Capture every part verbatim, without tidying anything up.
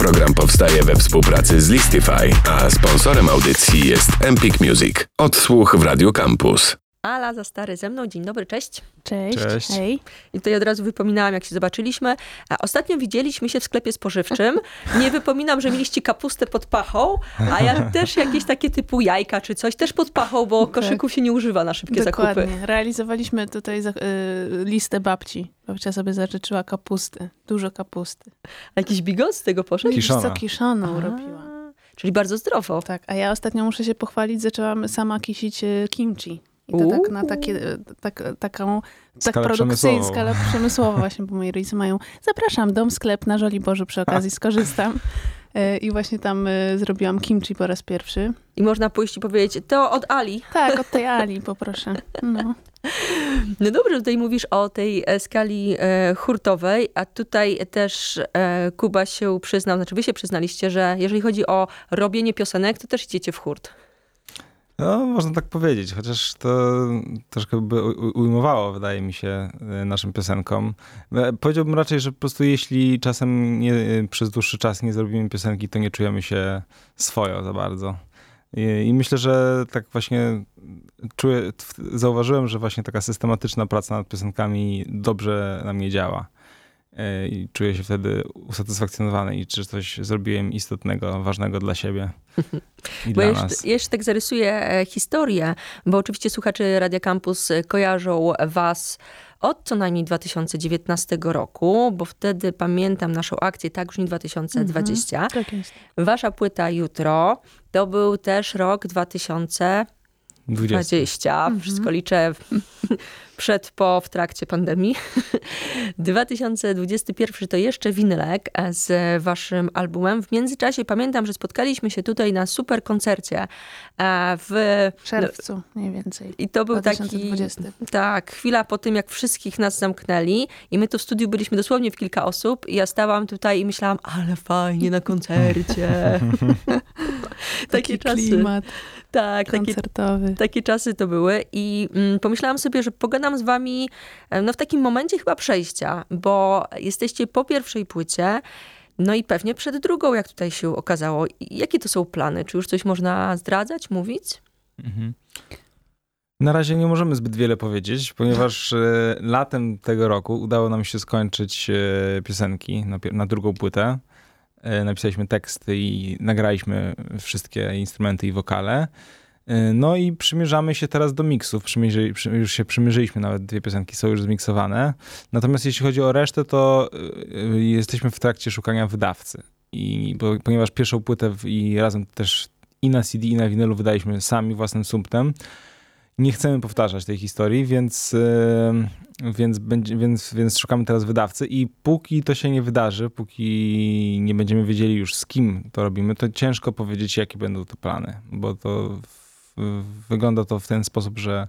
Program powstaje we współpracy z Listify, a sponsorem audycji jest Empik Music. Odsłuch w Radio Campus. Ala za stary ze mną. Dzień dobry, cześć. Cześć. Cześć. Hej. I tutaj od razu wypominałam, jak się zobaczyliśmy. A ostatnio widzieliśmy się w sklepie spożywczym. Nie wypominam, że mieliście kapustę pod pachą, a ja też jakieś takie typu jajka czy coś też pod pachą, bo koszyków się nie używa na szybkie Dokładnie. zakupy. Realizowaliśmy tutaj za, y, listę babci. Babcia sobie zażyczyła kapusty. Dużo kapusty. A jakiś bigos z tego poszedł? Kiszona. Co kiszoną A, robiła. Czyli bardzo zdrowo. Tak, a ja ostatnio muszę się pochwalić, zaczęłam sama kisić y, kimchi. I to Uuu. tak na takie, tak, taką tak Skalę produkcyjną, przemysłową. skalę przemysłową właśnie, bo moi rodzice mają. Zapraszam, dom, sklep na Żoliborzu, przy okazji skorzystam. Y, I właśnie tam y, zrobiłam kimchi po raz pierwszy. I można pójść i powiedzieć, to od Ali. Tak, od tej Ali poproszę. No. No dobrze, tutaj mówisz o tej e, skali e, hurtowej, a tutaj też e, Kuba się przyznał, znaczy wy się przyznaliście, że jeżeli chodzi o robienie piosenek, to też idziecie w hurt. No, można tak powiedzieć, chociaż to troszkę by u- ujmowało, wydaje mi się, y, naszym piosenkom. E, Powiedziałbym raczej, że po prostu jeśli czasem nie, przez dłuższy czas nie zrobimy piosenki, to nie czujemy się swojo za bardzo. I, i myślę, że tak właśnie czuję, w- zauważyłem, że właśnie taka systematyczna praca nad piosenkami dobrze na mnie działa. E, I czuję się wtedy usatysfakcjonowany i czy coś zrobiłem istotnego, ważnego dla siebie i Bo dla jeszcze, nas. jeszcze tak zarysuję e, historię, bo oczywiście słuchacze Radia Campus e, kojarzą was od co najmniej dwa tysiące dziewiętnastego roku, bo wtedy pamiętam naszą akcję Tak Brzmi dwa tysiące dwadzieścia. Tak jest. Wasza płyta Jutro to był też rok dwa tysiące dwudziesty. dwadzieścia. Wszystko liczę przed, po, w trakcie pandemii. dwa tysiące dwudziesty pierwszy to jeszcze winylek z waszym albumem. W międzyczasie pamiętam, że spotkaliśmy się tutaj na super koncercie e, w W czerwcu mniej więcej. i to był dwa taki, tysiące dwudziesty. tak, chwila po tym, jak wszystkich nas zamknęli i my tu w studiu byliśmy dosłownie w kilka osób i ja stałam tutaj i myślałam, ale fajnie na koncercie. Takie Taki czasy. klimat Tak, takie, koncertowy. takie czasy to były i mm, pomyślałam sobie, że pogadam z wami e, no, w takim momencie chyba przejścia, bo jesteście po pierwszej płycie, no i pewnie przed drugą, jak tutaj się okazało. I jakie to są plany? Czy już coś można zdradzać, mówić? Mhm. Na razie nie możemy zbyt wiele powiedzieć, ponieważ e, latem tego roku udało nam się skończyć e, piosenki na, pier- na drugą płytę. E, napisaliśmy teksty i nagraliśmy wszystkie instrumenty i wokale. E, no i przymierzamy się teraz do miksów. Przymierzy, przy, już się przymierzyliśmy, nawet dwie piosenki są już zmiksowane. Natomiast jeśli chodzi o resztę, to e, jesteśmy w trakcie szukania wydawcy. I, bo, ponieważ pierwszą płytę w, i razem też i na C D, i na winylu wydaliśmy sami własnym sumptem. Nie chcemy powtarzać tej historii, więc, yy, więc, będzie, więc, więc szukamy teraz wydawcy i póki to się nie wydarzy, póki nie będziemy wiedzieli już z kim to robimy, to ciężko powiedzieć, jakie będą te plany, bo to w, wygląda to w ten sposób, że,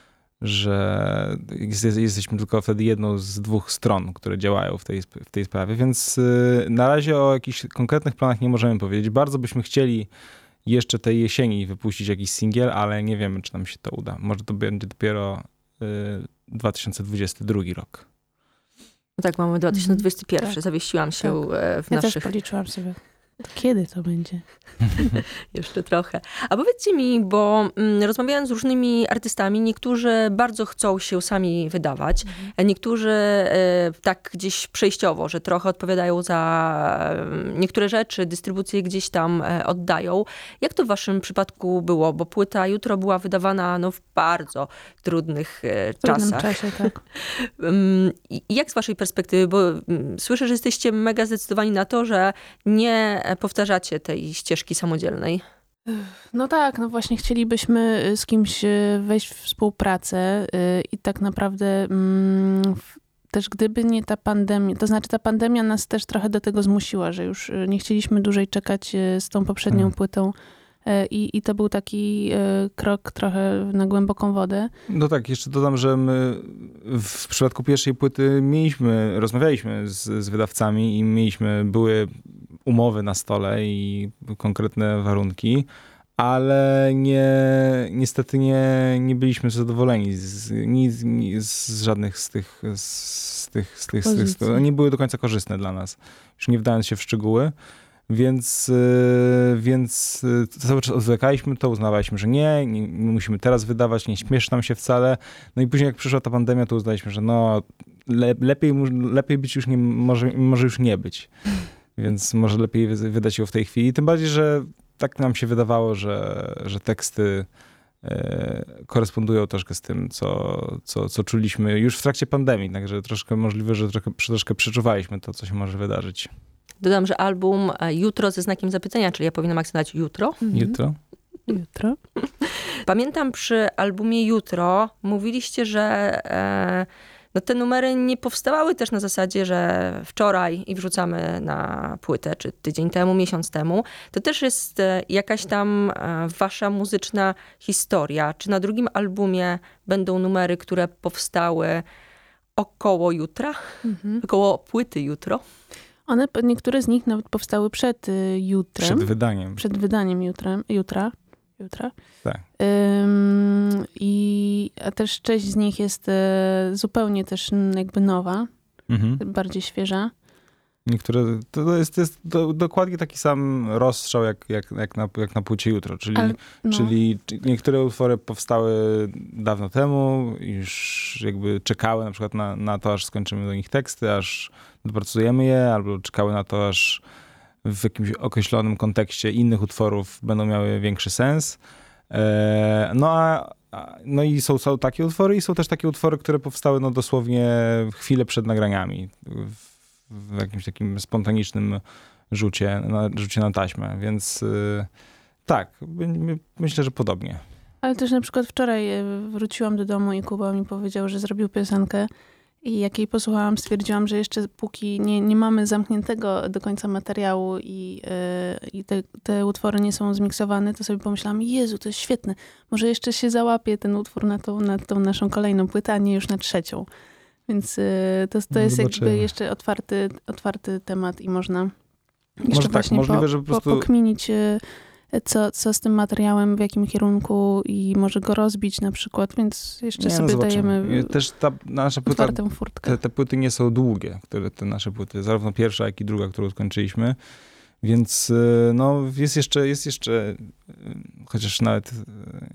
że jest, jesteśmy tylko wtedy jedną z dwóch stron, które działają w tej, w tej sprawie, więc yy, na razie o jakichś konkretnych planach nie możemy powiedzieć. Bardzo byśmy chcieli jeszcze tej jesieni wypuścić jakiś singiel, ale nie wiemy, czy nam się to uda. Może to będzie dopiero y, dwa tysiące dwudziesty drugi rok. No tak, mamy dwa tysiące dwudziesty pierwszy. Tak. Zawiesiłam się Tak. e, w Ja naszych... też policzyłam sobie, kiedy to będzie. Jeszcze trochę. A powiedzcie mi, bo mm, rozmawiając z różnymi artystami, niektórzy bardzo chcą się sami wydawać, mhm. niektórzy e, tak gdzieś przejściowo, że trochę odpowiadają za e, niektóre rzeczy, dystrybucję gdzieś tam e, oddają. Jak to w waszym przypadku było? Bo płyta Jutro była wydawana no, w bardzo trudnych e, W trudnym czasach. czasie, tak. Um, i jak z waszej perspektywy, bo um, słyszę, że jesteście mega zdecydowani na to, że nie powtarzacie tej ścieżki samodzielnej. No tak, no właśnie chcielibyśmy z kimś wejść w współpracę i tak naprawdę mm, też gdyby nie ta pandemia, to znaczy ta pandemia nas też trochę do tego zmusiła, że już nie chcieliśmy dłużej czekać z tą poprzednią hmm. płytą i, i to był taki krok trochę na głęboką wodę. No tak, jeszcze dodam, że my w przypadku pierwszej płyty mieliśmy, rozmawialiśmy z, z wydawcami i mieliśmy, były umowy na stole i konkretne warunki, ale nie, niestety nie, nie byliśmy zadowoleni z, ni, ni, z żadnych z tych, z tych, z tych, z tych, nie były do końca korzystne dla nas. Już nie wdając się w szczegóły. Więc, yy, więc yy, cały czas odwlekaliśmy to, uznawaliśmy, że nie, nie, nie musimy teraz wydawać, nie śpieszy nam się wcale. No i później jak przyszła ta pandemia, to uznaliśmy, że no le, lepiej, lepiej być już nie, może, może już nie być. Więc może lepiej wydać ją w tej chwili. Tym bardziej, że tak nam się wydawało, że, że teksty e, korespondują troszkę z tym, co, co, co czuliśmy już w trakcie pandemii. Także troszkę możliwe, że troszkę, troszkę przeczuwaliśmy to, co się może wydarzyć. Dodam, że album Jutro ze znakiem zapytania, czyli ja powinnam akcentować jutro. Mhm. Jutro? Jutro. Pamiętam przy albumie Jutro mówiliście, że e, no te numery nie powstawały też na zasadzie, że wczoraj i wrzucamy na płytę, czy tydzień temu, miesiąc temu. To też jest jakaś tam wasza muzyczna historia. Czy na drugim albumie będą numery, które powstały około jutra? Mhm. Około płyty Jutro? One, niektóre z nich nawet powstały przed y, jutrem. Przed wydaniem. Przed wydaniem jutrem, jutra. Jutra. Tak. Ym, i, a też część z nich jest e, zupełnie też jakby nowa, mhm. bardziej świeża. Niektóre, to jest, to jest do, dokładnie taki sam rozstrzał jak, jak, jak, na, jak na płycie Jutro, czyli, Ale, no. czyli niektóre utwory powstały dawno temu, już jakby czekały na przykład na, na to, aż skończymy do nich teksty, aż dopracujemy je, albo czekały na to, aż w jakimś określonym kontekście innych utworów będą miały większy sens. E, no a no i są, są takie utwory i są też takie utwory, które powstały no dosłownie chwilę przed nagraniami. W, w jakimś takim spontanicznym rzucie na, rzucie na taśmę, więc yy, tak, my, myślę, że podobnie. Ale też na przykład wczoraj wróciłam do domu i Kuba mi powiedział, że zrobił piosenkę i jak jej posłuchałam, stwierdziłam, że jeszcze póki nie, nie mamy zamkniętego do końca materiału i, yy, i te, te utwory nie są zmiksowane, to sobie pomyślałam, Jezu, to jest świetne, może jeszcze się załapie ten utwór na tą, na tą naszą kolejną płytę, a nie już na trzecią. Więc y, to, to jest Zobaczymy. jakby jeszcze otwarty, otwarty temat i można jeszcze może właśnie tak, możliwe, po, że po prostu... po, pokminić, y, co, co z tym materiałem, w jakim kierunku i może go rozbić na przykład, więc jeszcze nie, sobie no dajemy też ta nasza płyta, otwartą furtkę. Te, te płyty nie są długie, które te nasze płyty, zarówno pierwsza, jak i druga, którą skończyliśmy, więc y, no jest jeszcze, jest jeszcze y, chociaż nawet y,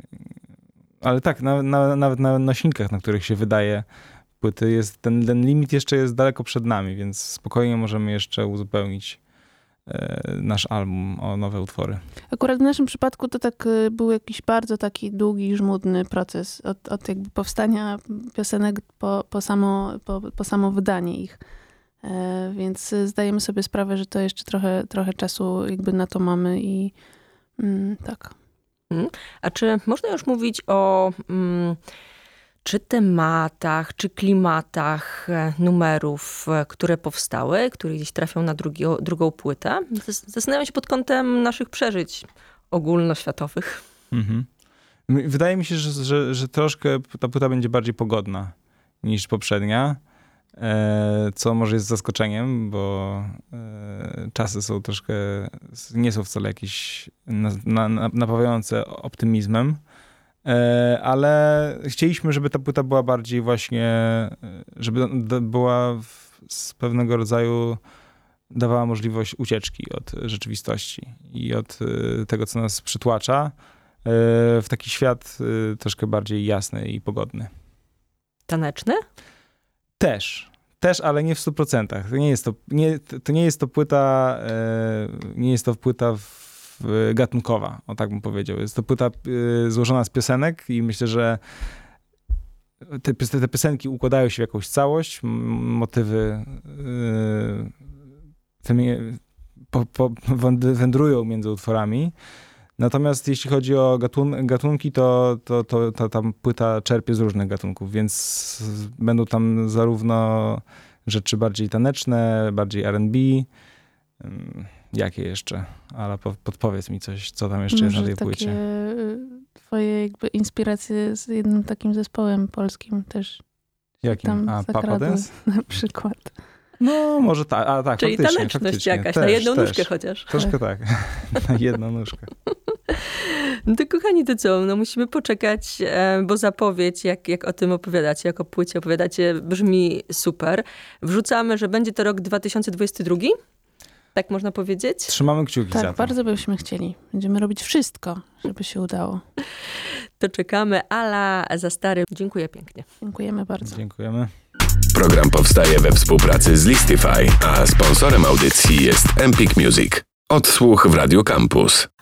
ale tak, na, na, nawet na nośnikach, na których się wydaje płyty, jest, ten, ten limit jeszcze jest daleko przed nami, więc spokojnie możemy jeszcze uzupełnić e, nasz album o nowe utwory. Akurat w naszym przypadku to tak y, był jakiś bardzo taki długi, żmudny proces od, od jakby powstania piosenek po, po, samo, po, po samo wydanie ich. E, więc zdajemy sobie sprawę, że to jeszcze trochę, trochę czasu jakby na to mamy i mm, tak. A czy można już mówić o... Mm, czy tematach, czy klimatach numerów, które powstały, które gdzieś trafią na drugi, drugą płytę? Zastanawiam się pod kątem naszych przeżyć ogólnoświatowych. Mhm. Wydaje mi się, że, że, że troszkę ta płyta będzie bardziej pogodna niż poprzednia, co może jest zaskoczeniem, bo czasy są troszkę, nie są wcale jakieś napawające optymizmem. Ale chcieliśmy, żeby ta płyta była bardziej właśnie, żeby była z pewnego rodzaju, dawała możliwość ucieczki od rzeczywistości i od tego, co nas przytłacza, w taki świat troszkę bardziej jasny i pogodny. Taneczny? Też. Też, ale nie w stu procentach. To nie jest to, nie, to nie jest to płyta, nie jest to płyta w gatunkowa, o tak bym powiedział. Jest to płyta y, złożona z piosenek i myślę, że te, te piosenki układają się w jakąś całość, motywy y, po, po, wędrują między utworami. Natomiast jeśli chodzi o gatun gatunki, to, to, to, to tam płyta czerpie z różnych gatunków, więc będą tam zarówno rzeczy bardziej taneczne, bardziej R and B. Jakie jeszcze? Ale podpowiedz mi coś, co tam jeszcze Może jest na tej takie płycie. Twoje jakby inspiracje z jednym takim zespołem polskim też. Jakim? Tam A, Papa Dance? Na przykład. No, może tak, a tak, Czyli faktycznie. taneczność faktycznie. jakaś, też, na jedną też. nóżkę chociaż. Troszkę tak, na jedną nóżkę. No to kochani, to co? No musimy poczekać, bo zapowiedź, jak, jak o tym opowiadacie, jak o płycie opowiadacie, brzmi super. Wrzucamy, że będzie to rok dwa tysiące dwudziesty drugi? Tak można powiedzieć? Trzymamy kciuki Tak, za to. bardzo byśmy chcieli. Będziemy robić wszystko, żeby się udało. To czekamy. Ala za stary. Dziękuję pięknie. Dziękujemy bardzo. Dziękujemy. Program powstaje we współpracy z Listify, a sponsorem audycji jest Empik Music. Odsłuch w Radio Campus.